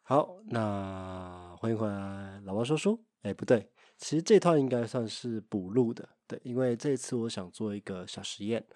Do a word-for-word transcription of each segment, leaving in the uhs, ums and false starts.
好，那欢迎回来，老王说书。哎，不对，其实这套应该算是补录的，对，因为这次我想做一个小实验，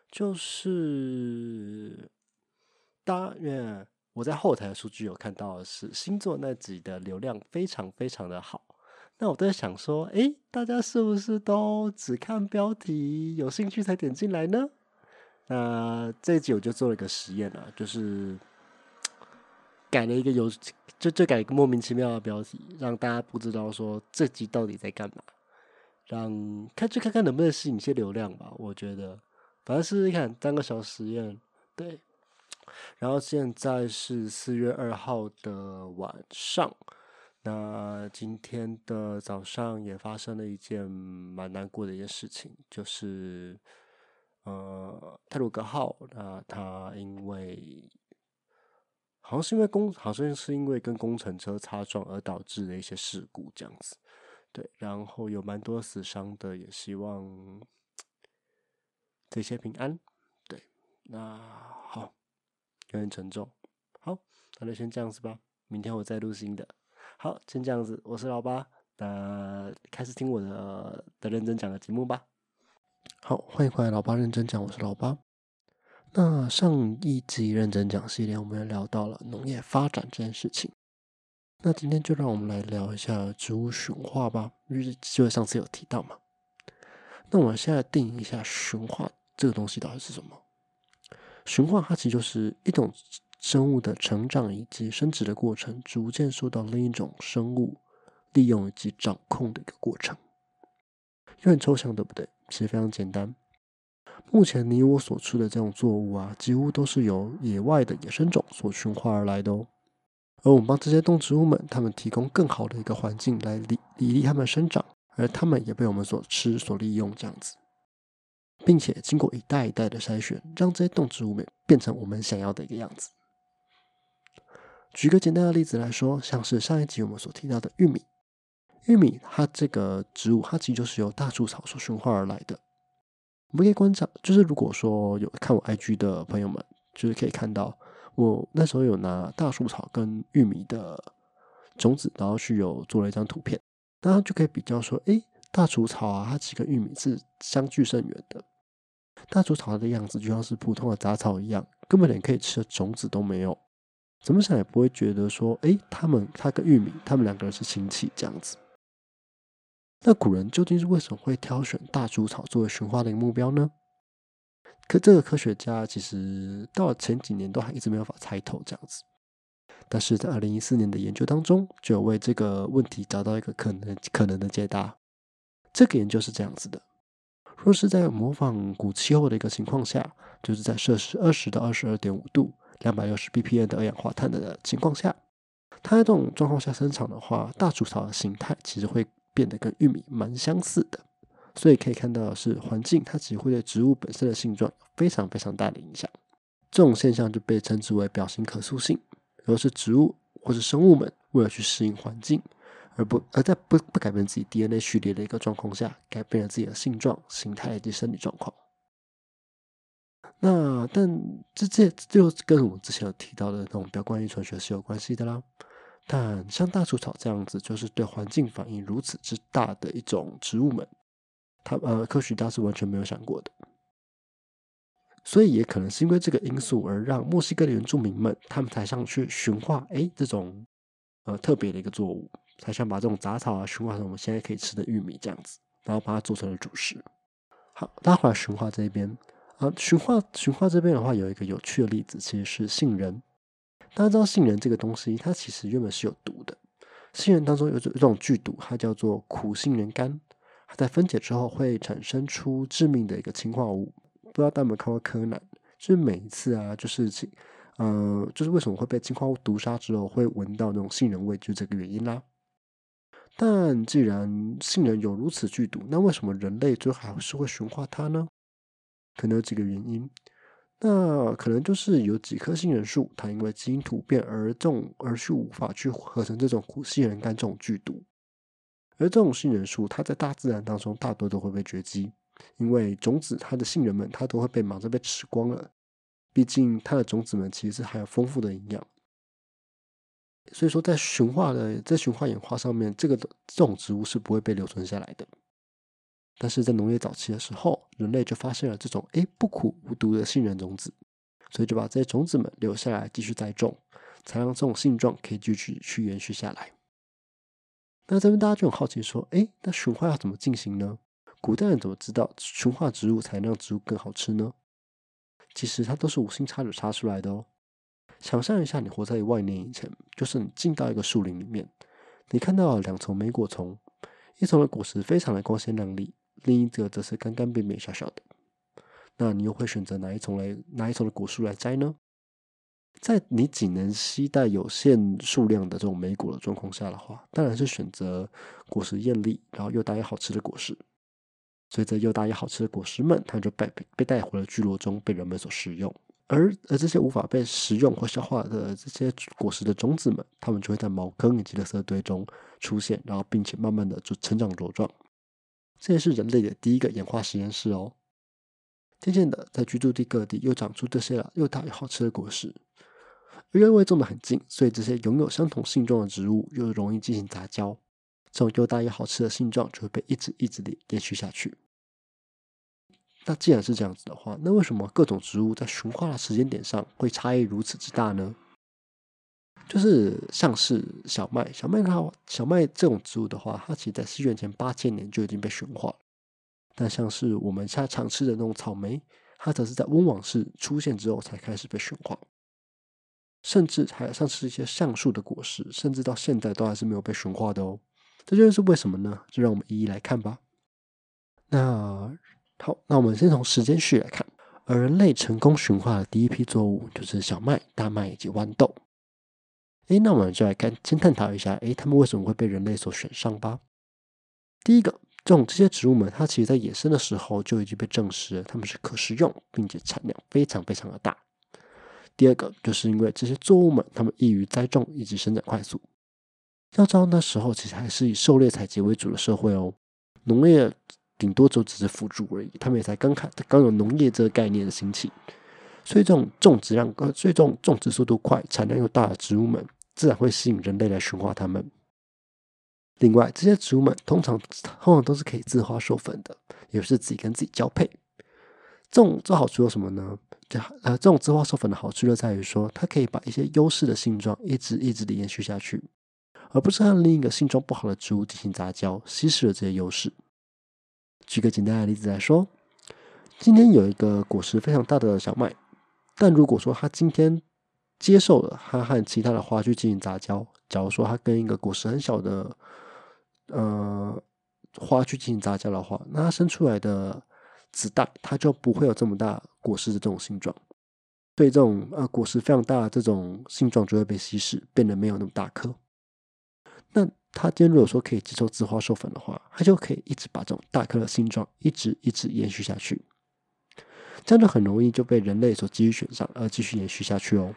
就是大因为我在后台的数据有看到的是星座那集的流量非常非常的好，那我在想说，诶，大家是不是都只看标题，有兴趣才点进来呢？那这一集我就做了一个实验啊，就是改了一个有就就改一个莫名其妙的标题，让大家不知道说这集到底在干嘛，让看就看看能不能吸引一些流量吧。我觉得，反正试试看，当个小实验。对，然后现在是四月二号的晚上，那今天的早上也发生了一件蛮难过的一件事情，就是呃泰鲁格号，那它因为好像是因为工，好像是因为跟工程车擦撞而导致的一些事故这样子。对，然后有蛮多死伤的，也希望这些平安。对，那好，有点沉重。好，那就先这样子吧，明天我再录新的。好，先这样子，我是老八，那开始听我的的认真讲的节目吧。好，欢迎回来，老八认真讲，我是老八。那上一集认真讲系列，我们也聊到了农业发展这件事情。那今天就让我们来聊一下植物驯化吧，因为就上次有提到嘛。那我们现在定义一下驯化这个东西到底是什么？驯化它其实就是一种生物的成长以及生殖的过程，逐渐受到另一种生物利用以及掌控的一个过程。有点抽象，对不对？其实非常简单。目前你我所吃的这种作物啊，几乎都是由野外的野生种所驯化而来的哦。而我们帮这些动植物们，它们提供更好的一个环境来利利利它们生长，而它们也被我们所吃所利用这样子，并且经过一代一代的筛选，让这些动植物们变成我们想要的一个样子。举个简单的例子来说，像是上一集我们所提到的玉米，玉米它这个植物，它其实就是由大树草所驯化而来的。我们可以观察，就是如果说有看我 I G 的朋友们，就是可以看到我那时候有拿大树草跟玉米的种子，然后去有做了一张图片，大家就可以比较说，诶，大树草啊，它其实跟玉米是相距甚远的。大树草的样子就像是普通的杂草一样，根本连可以吃的种子都没有。怎么想也不会觉得说，诶，他们它跟玉米，他们两个人是亲戚这样子。那古人究竟是为什么会挑选大猪草作为驯化的一个目标呢？可这个科学家其实到了前几年都还一直没有法猜透这样子，但是在二零一四年的研究当中，就有为这个问题找到一个可能可能的解答。这个研究是这样子的：若是在模仿古气候的一个情况下，就是在摄氏二十到二十二点五度、两百六十 ppm 的二氧化碳的情况下，它在这种状况下生长的话，大竹草的形态其实会变得跟玉米蛮相似的。所以可以看到的是，环境它其实会对植物本身的性状有非常非常大的影响。这种现象就被称之为表型可塑性，也就是植物或是生物们为了去适应环境，而不而在不不改变自己 D N A 序列的一个状况下，改变了自己的性状、形态以及生理状况。那但这这这就跟我们之前有提到的那种表观遗传学是有关系的啦。但像大树草这样子，就是对环境反应如此之大的一种植物们，它呃科学家是完全没有想过的。所以也可能是因为这个因素，而让墨西哥的原住民们他们才想去驯化诶这种呃特别的一个作物，才想把这种杂草啊驯化成我们现在可以吃的玉米这样子，然后把它做成了主食。好，拉回来驯化这边，啊，驯化驯化这边的话，有一个有趣的例子，其实是杏仁。大家知道杏仁这个东西，它其实原本是有毒的。杏仁当中有这种剧毒，它叫做苦杏仁苷，它在分解之后会产生出致命的一个氰化物。不知道大家有没有看过柯南？就是每一次啊，就是呃，就是为什么会被氰化物毒杀之后会闻到那种杏仁味，就是这个原因啦。但既然杏仁有如此剧毒，那为什么人类最后还是会驯化它呢？可能有几个原因。那可能就是有几棵杏仁树，它因为基因突变而种而去无法去合成这种苦杏仁苷这种剧毒，而这种杏仁树，它在大自然当中大多都会被绝迹，因为种子它的杏仁们它都会被忙着被吃光了，毕竟它的种子们其实还有丰富的营养。 所以说在驯化的在驯化演化上面，这个这种植物是不会被留存下来的。但是在农业早期的时候，人类就发现了这种诶不苦无毒的杏仁种子，所以就把这些种子们留下来继续栽种，才让这种性状可以继续去延续下来。那这边大家就很好奇说，诶，那驯化要怎么进行呢？古代人怎么知道驯化植物才能让植物更好吃呢？其实它都是无心插柳插出来的哦。想象一下，你活在一万年以前，就是你进到一个树林里面，你看到了两丛莓果丛，一丛的果实非常的光鲜亮丽，另一个则是干干扁扁小小的。那你又会选择哪一丛来哪一丛的果树来摘呢？在你仅能携带有限数量的这种莓果的状况下的话，当然是选择果实艳丽，然后又大又好吃的果实。所以这又大又好吃的果实们，它们就被被带回了聚落中，被人们所食用。而而这些无法被食用或消化的这些果实的种子们，它们就会在茅坑以及垃圾堆中出现，然后并且慢慢的就成长茁壮。这也是人类的第一个演化实验室哦。渐渐的，在居住地各地又长出这些又大又好吃的果实。而因为种得很近，所以这些拥有相同性状的植物又容易进行杂交，这种又大又好吃的性状就会被一直一直的延续下去。那既然是这样子的话，那为什么各种植物在驯化的时间点上会差异如此之大呢？就是像是小麦，小麦的话，小麦这种植物的话，它其实在西元前八千年就已经被驯化了。但像是我们现在常吃的那种草莓，它则是在温网氏出现之后才开始被驯化。甚至还有像是一些橡树的果实，甚至到现在都还是没有被驯化的哦。这究竟是为什么呢？就让我们一一来看吧。那好，那我们先从时间序来看，而人类成功驯化的第一批作物就是小麦、大麦以及豌豆。诶，那我们就来看，先探讨一下，诶，它们为什么会被人类所选上吧？第一个，这种这些植物们，它其实在野生的时候就已经被证实了，它们是可食用，并且产量非常非常的大。第二个，就是因为这些作物们，它们易于栽种以及生长快速。要知道那时候其实还是以狩猎采集为主的社会哦，农业顶多就只是辅助而已，他们也才刚开刚有农业这个概念的兴起，所以这种种植量呃，所以这种种植速度快、产量又大的植物们，自然会吸引人类来驯化它们。另外，这些植物们通常通常都是可以自花授粉的，也就是自己跟自己交配。这种这好处有什么呢？这呃，这种自花授粉的好处就在于说，它可以把一些优势的性状一直一直的延续下去，而不是和另一个性状不好的植物进行杂交，稀释了这些优势。举个简单的例子来说，今天有一个果实非常大的小麦，但如果说它今天接受了它和其他的花去进行杂交，假如说它跟一个果实很小的呃花去进行杂交的话，那它生出来的子代它就不会有这么大果实的这种性状，对这种呃果实非常大的这种性状就会被稀释，变得没有那么大颗。那它今天如果说可以接受自花授粉的话，它就可以一直把这种大颗的性状一直一直延续下去，这样就很容易就被人类所继续选上，而继续延续下去哦。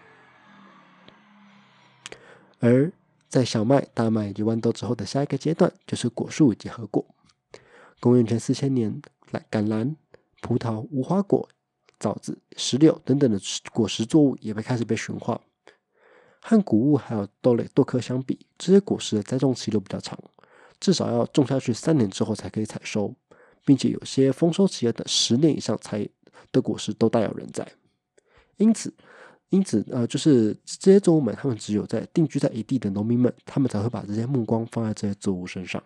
而在小麦、大麦以及豌豆之后的下一个阶段，就是果树以及核果。公元前四千年，橄榄、葡萄、无花果、枣子、石榴等等的果实作物也被开始被驯化。和谷物还有豆类豆科相比，这些果实的栽种期都比较长，至少要种下去三年之后才可以采收，并且有些丰收期要等十年以上才的果实都大有人在。因此，因此呃，就是这些作物们，他们只有在定居在一地的农民们，他们才会把这些目光放在这些作物身上。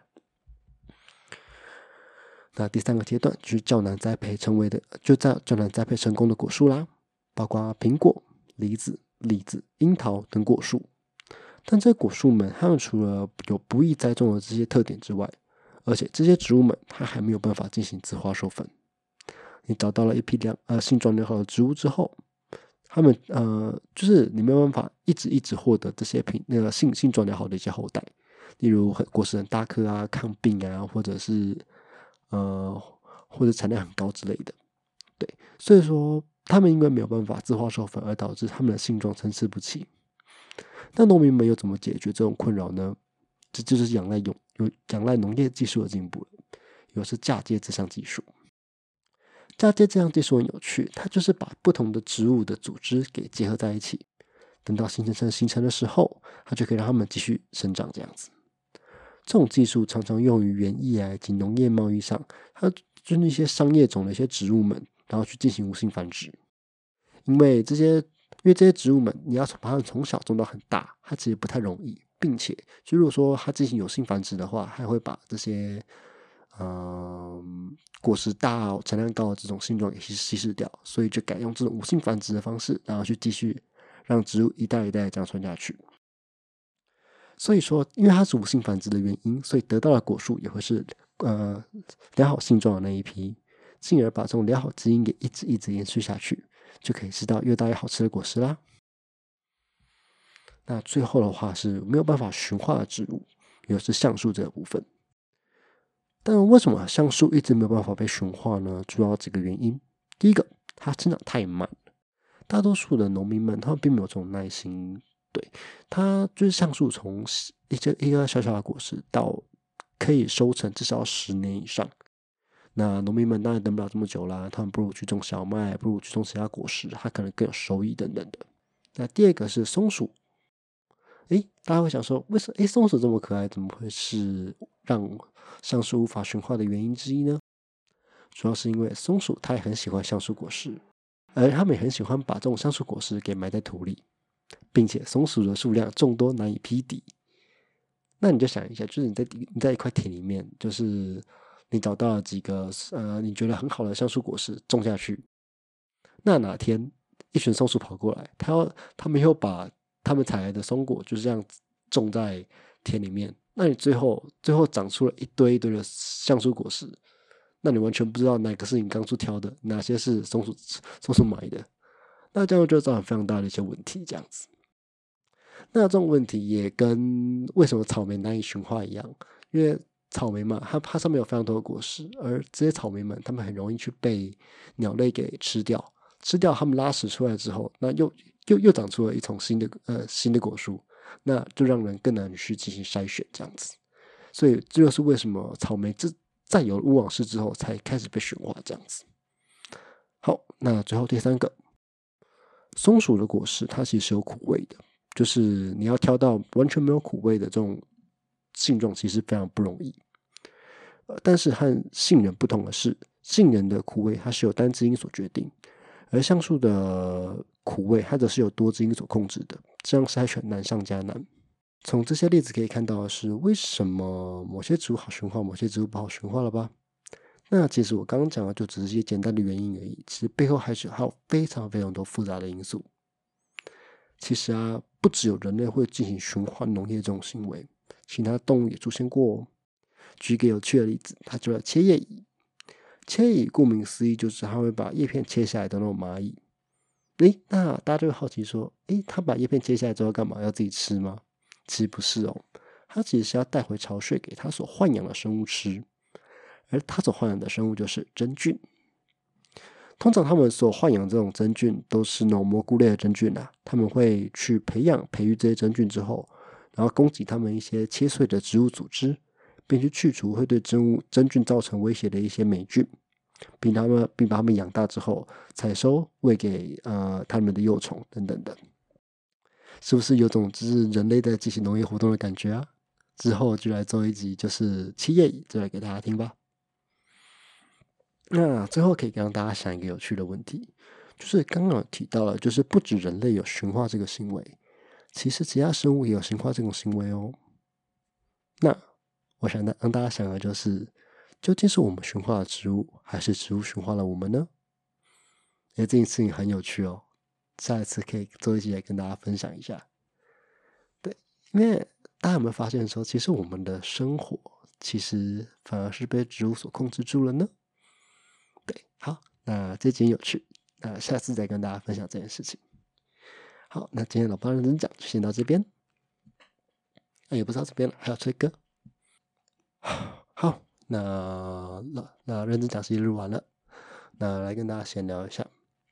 那第三个阶段就是较难栽培成为的，就在较难栽培成功的果树啦，包括苹果、梨子、李子、樱桃等果树。但这些果树们，它们除了有不易栽种的这些特点之外，而且这些植物们它还没有办法进行自花授粉。你找到了一批良呃性状良好的植物之后，它们呃就是你没有办法一直一直获得这些品那个性性状良好的一些后代，例如很果实很大颗啊、抗病啊，或者是呃或者产量很高之类的。对，所以说他们因为没有办法自花授粉，而导致他们的性状参差不齐。那农民们又怎么解决这种困扰呢？这就是仰赖有有仰赖农业技术的进步了，有是嫁接这项技术。嫁接这项技术很有趣，它就是把不同的植物的组织给结合在一起， 等到形成成形成的时候，它就可以让它们继续生长这样子。这种技术常常用于园艺啊以及农业贸易上，它就是一些商业种的一些植物们，然后去进行无性繁殖。因为这些，因为这些植物们，你要把它们从小种到很大，它其实不太容易，并且，就如果说它进行有性繁殖的话，还会把这些，嗯，果实大、产量高的这种性状给稀稀释掉，所以就改用这种无性繁殖的方式，然后去继续让植物一代一代这样传下去。所以说，因为它是无性繁殖的原因，所以得到的果树也会是呃良好性状的那一批，进而把这种良好基因给一直一直延续下去，就可以吃到越大越好吃的果实啦。那最后的话是没有办法驯化的植物，也就是橡树这个部分。但为什么橡树一直没有办法被驯化呢？主要几个原因。第一个，它生长太慢了，大多数的农民们他们并没有这种耐心。对，它就是橡树从一个一个小小的果实到可以收成，至少要十年以上。那农民们当然等不了这么久啦，他们不如去种小麦，不如去种其他果实，它可能更有收益等等的。那第二个是松鼠，诶，大家会想说，为什么诶松鼠这么可爱，怎么会是让橡树无法驯化的原因之一呢？主要是因为松鼠它也很喜欢橡树果实，而它们也很喜欢把这种橡树果实给埋在土里，并且松鼠的数量众多难以匹敌。那你就想一下，就是你在你在一块田里面，就是你找到了几个呃你觉得很好的橡树果实种下去，那哪天一群松鼠跑过来，它要它们又把它们采来的松果就是这样种在田里面，那你最后最后长出了一堆一堆的橡树果实，那你完全不知道哪个是你当初挑的，哪些是松鼠松鼠买的，那这样就造成非常大的一些问题，这样子。那这种问题也跟为什么草莓难以驯化一样，因为草莓嘛，它它上面有非常多的果实，而这些草莓们，它们很容易去被鸟类给吃掉，吃掉它们拉屎出来之后，那又又又长出了一丛新的呃新的果树，那就让人更难去进行筛选这样子。所以这就是为什么草莓这在有乌网氏之后才开始被驯化这样子。好，那最后第三个，松鼠的果实它其实是有苦味的。就是你要挑到完全没有苦味的这种性状，其实非常不容易。呃，但是和杏仁不同的是，杏仁的苦味它是由单基因所决定，而橡树的苦味它则是由多基因所控制的，这样筛选难上加难。从这些例子可以看到的是，为什么某些植物好驯化，某些植物不好驯化了吧？那其实我刚刚讲的就只是一些简单的原因而已，其实背后还是还有非常非常多复杂的因素。其实啊，不只有人类会进行循环农业这种行为，其他动物也出现过哦。举一个有趣的例子，它叫做切叶蚁。切叶蚁顾名思义就是它会把叶片切下来的那种蚂蚁。诶，那大家就会好奇说，诶，它把叶片切下来之后干嘛？要自己吃吗？其实不是哦，它其实是要带回巢穴给它所豢养的生物吃，而它所豢养的生物就是真菌。通常他们所豢养这种真菌都是那种蘑菇类的真菌啊，他们会去培养、培育这些真菌之后，然后供给他们一些切碎的植物组织，并去去除会对真物真菌造成威胁的一些霉菌，并他们并把它们养大之后采收喂给呃他们的幼虫等等的，是不是有种就是人类在进行农业活动的感觉啊？之后就来做一集就是七叶蚁，就来给大家听吧。那最后可以让大家想一个有趣的问题，就是刚刚有提到了，就是不止人类有驯化这个行为，其实其他生物也有驯化这种行为哦。那我想让大家想的就是，究竟是我们驯化了植物，还是植物驯化了我们呢？哎，这件事情很有趣哦，下一次可以做一集来跟大家分享一下。对，因为大家有没有发现说，其实我们的生活其实反而是被植物所控制住了呢？对，好，那这集有趣，那下次再跟大家分享这件事情。好，那今天老爸认真讲就先到这边，那也不是到这边了，还要吹歌。好，那那那认真讲是录完了，那来跟大家闲聊一下。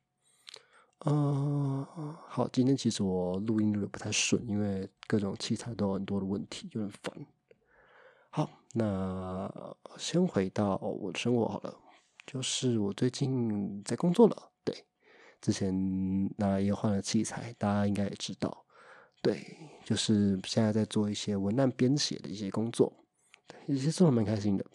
嗯、呃，好，今天其实我录音录的不太顺，因为各种器材都有很多的问题，有点烦。好，那先回到我的生活好了，就是我最近在工作了，对， 之前那也换了器材，大家应该也知道。对，就是现在在做一些文案编写的一些工作，也是做的蛮开心的。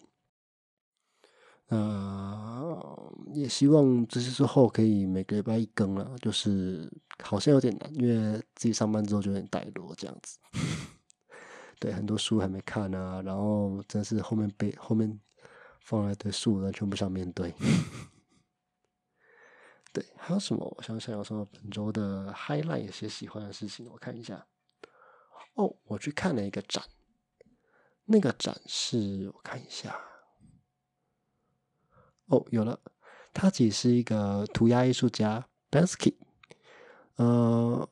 呃，也希望这是之后可以每个礼拜一更了，就是好像有点难，因为自己上班之后就有点怠惰这样子。对，很多书还没看啊，然后真是后面被后面放了一堆书，完全不想面对。对，还有什么？我想想有什么本周的 highlight 有些喜欢的事情，我看一下。哦，我去看了一个展，那个展是我看一下。哦，有了，他其实是一个涂鸦艺术家 Bansky，呃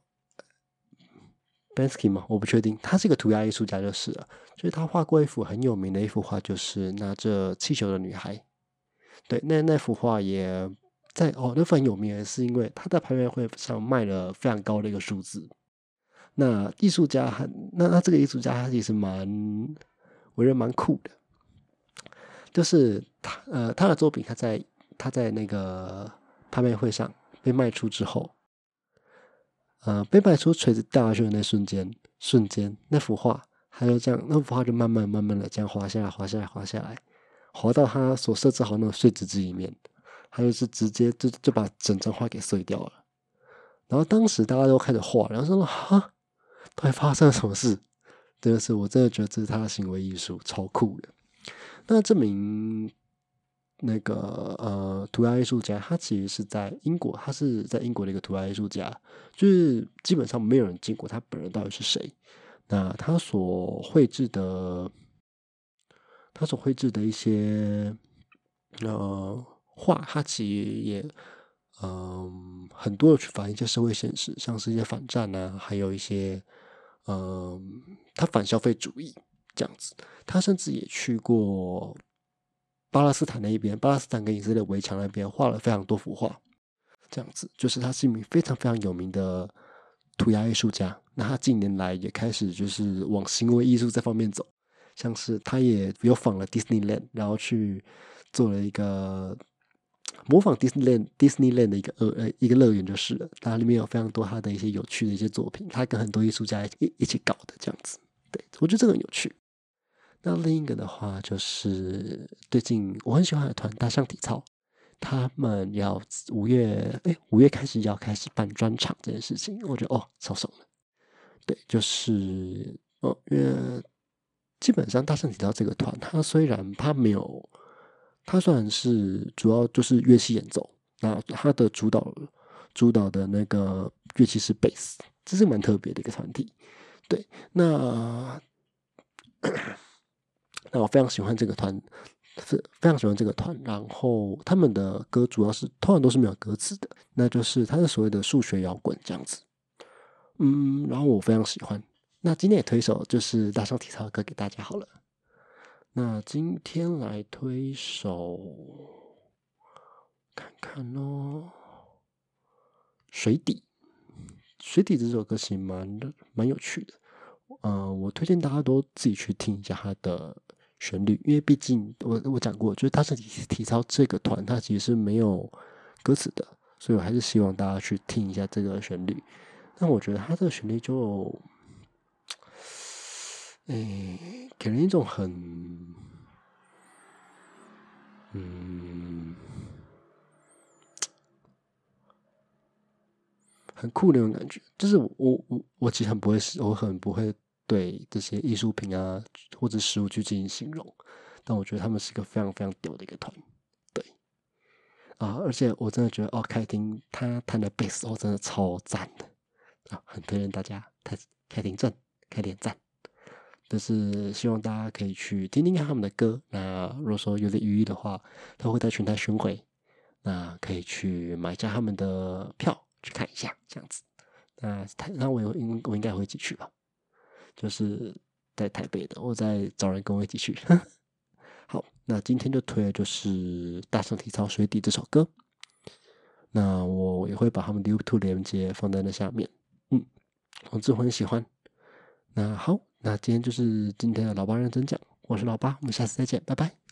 ，Bansky 吗？我不确定，他是一个涂鸦艺术家就是了。就是他画过一幅很有名的一幅画，就是拿着气球的女孩。对，那那幅画也在哦，那幅很有名，也是因为他在拍卖会上卖了非常高的一个数字。那艺术家很，那那这个艺术家他其实蛮，为人蛮酷的，就是他呃他的作品他在他在那个拍卖会上被卖出之后，呃被卖出锤子掉下去的那瞬间，瞬间那幅画他就这样，那幅画就慢慢慢慢的这样滑下来滑下来滑下来，滑到他所设置好那个碎纸机里面，他就是直接就就把整张画给碎掉了。然后当时大家都开始画，然后说哈，到底发生了什么事？真的是，我真的觉得这是他的行为艺术，超酷的。那这名那个呃涂鸦艺术家，他其实是在英国，他是在英国的一个涂鸦艺术家，就是基本上没有人见过他本人到底是谁。那他所绘制的，他所绘制的一些呃画，他其实也嗯、呃很多的去反映一些社会现实，像是一些反战啊，还有一些嗯、他反消费主义这样子。他甚至也去过巴勒斯坦那一边，巴勒斯坦跟以色列围墙那边画了非常多幅画，这样子就是他是一名非常非常有名的涂鸦艺术家。那他近年来也开始就是往行为艺术这方面走，像是他也有仿了 Disneyland，然后去做了一个模仿 Disneyland Disneyland 的一个呃呃一个乐园就是了。它里面有非常多他的一些有趣的一些作品，他跟很多艺术家一一起搞的这样子。对，我觉得这个很有趣。那另一个的话就是最近我很喜欢的团大象体操，他们要五月哎五月开始要开始办专场这件事情，我觉得哦超爽的。对，就是哦，因为基本上大象体操这个团，它虽然它没有，它虽然是主要就是乐器演奏，那它的主导主导的那个乐器是贝斯，这是蛮特别的一个团体。对，那那我非常喜欢这个团，是非常喜欢这个团。然后他们的歌主要是通常都是没有歌词的，那就是它是所谓的数学摇滚这样子。嗯，然后我非常喜欢。那今天也推一首就是大象体操的歌给大家好了。那今天来推一首，看看哦，水底。水底这首歌其实蛮蛮有趣的。呃，我推荐大家都自己去听一下它的旋律，因为毕竟我我讲过，就是大象体体操这个团，它其实是没有歌词的，所以我还是希望大家去听一下这个旋律。但我觉得它这个旋律就，诶，给人一种很，嗯，很酷的那种感觉。就是我我我其实很不会，我很不会对这些艺术品啊或者食物去进行形容，但我觉得他们是一个非常非常屌的一个团。对啊，而且我真的觉得哦，凯婷他弹的贝斯哦，真的超赞的啊，很推荐大家开开听站开点赞。就是希望大家可以去听听看他们的歌。那如果说有点余裕的话，他会在全台巡回，那可以去买下他们的票去看一下，这样子。那台，那我有应我应该会一起去吧，就是在台北的，我再找人跟我一起去。好，那今天就推的就是《大象体操水底》这首歌。那我也会把他们的 YouTube 连接放在那下面。嗯，总之我很喜欢。那好，那今天就是今天的老八认真讲，我是老八，我们下次再见，拜拜。